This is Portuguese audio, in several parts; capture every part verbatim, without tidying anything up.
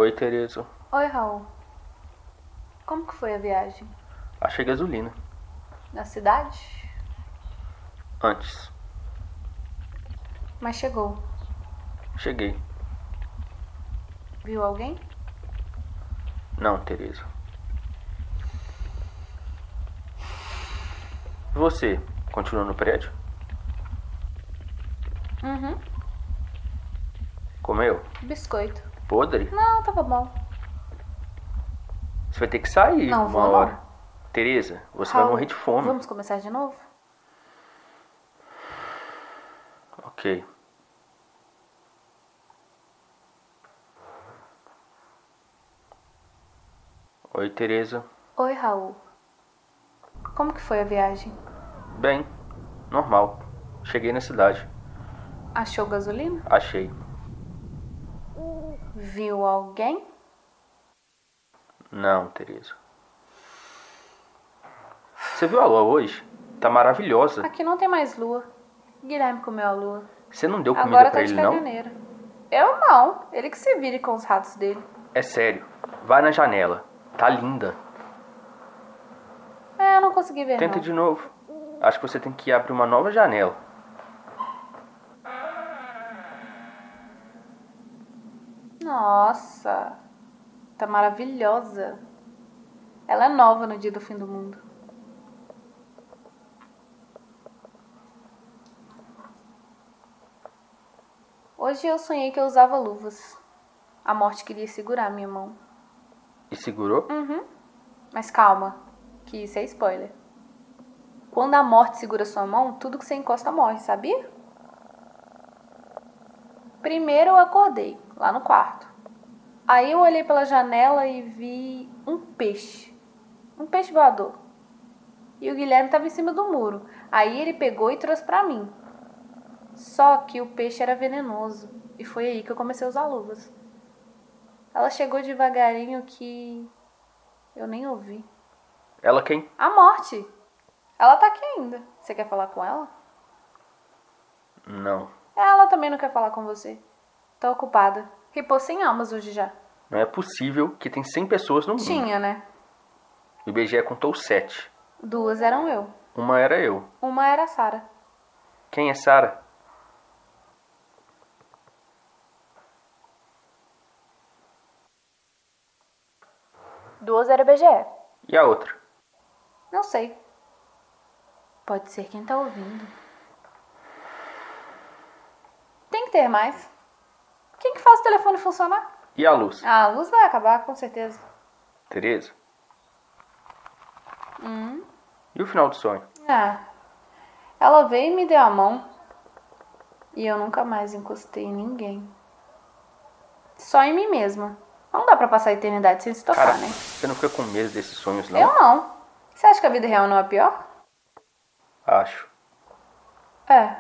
Oi, Tereza. Oi, Raul. Como que foi a viagem? Achei gasolina. Na cidade? Antes. Mas chegou. Cheguei. Viu alguém? Não, Tereza. Você continua no prédio? Uhum. Comeu? Biscoito. Podre? Não, tava bom. Você vai ter que sair Não uma vou, não. hora. Tereza, você vai Raul, morrer de fome. Vamos começar de novo? Ok. Oi, Tereza. Oi, Raul. Como que foi a viagem? Bem, normal. Cheguei na cidade. Achou gasolina? Achei. Viu alguém? Não, Tereza. Você viu a lua hoje? Tá maravilhosa. Aqui não tem mais lua. Guilherme comeu a lua. Você não deu comida Agora pra tá de ele, não? caminhoneiro. Eu não. Ele que se vire com os ratos dele. É sério. Vai na janela. Tá linda. É, eu não consegui ver, Tenta não. de novo. Acho que você tem que abrir uma nova janela. Nossa, tá maravilhosa. Ela é nova no dia do fim do mundo. Hoje eu sonhei que eu usava luvas. A morte queria segurar minha mão. E segurou? Uhum. Mas calma, que isso é spoiler. Quando a morte segura sua mão, tudo que você encosta morre, sabia? Primeiro eu acordei, lá no quarto. Aí eu olhei pela janela e vi um peixe. Um peixe voador. E o Guilherme estava em cima do muro. Aí ele pegou e trouxe pra mim. Só que o peixe era venenoso. E foi aí que eu comecei a usar luvas. Ela chegou devagarinho que eu nem ouvi. Ela quem? A morte. Ela tá aqui ainda. Você quer falar com ela? Não. Ela também não quer falar com você. Tá ocupada. Ripou cem almas hoje já. Não é possível que tem cem pessoas no mundo. Tinha, né? O I B G E contou sete. Duas eram eu. Uma era eu. Uma era a Sara. Quem é Sara? Duas era B G E. E a outra? Não sei. Pode ser quem tá ouvindo. Tem que ter mais. Quem que faz o telefone funcionar? E a luz? Ah, a luz vai acabar, com certeza. Tereza? Hum. E o final do sonho? Ah. Ela veio e me deu a mão. E eu nunca mais encostei em ninguém. Só em mim mesma. Não dá pra passar a eternidade sem se tocar, Cara, né? você não fica com medo desses sonhos, não? Eu não. Você acha que a vida real não é pior? Acho. É.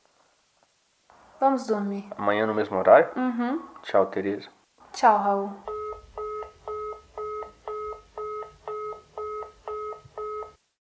Vamos dormir. Amanhã no mesmo horário? Uhum. Tchau, Tereza. Tchau, Raul.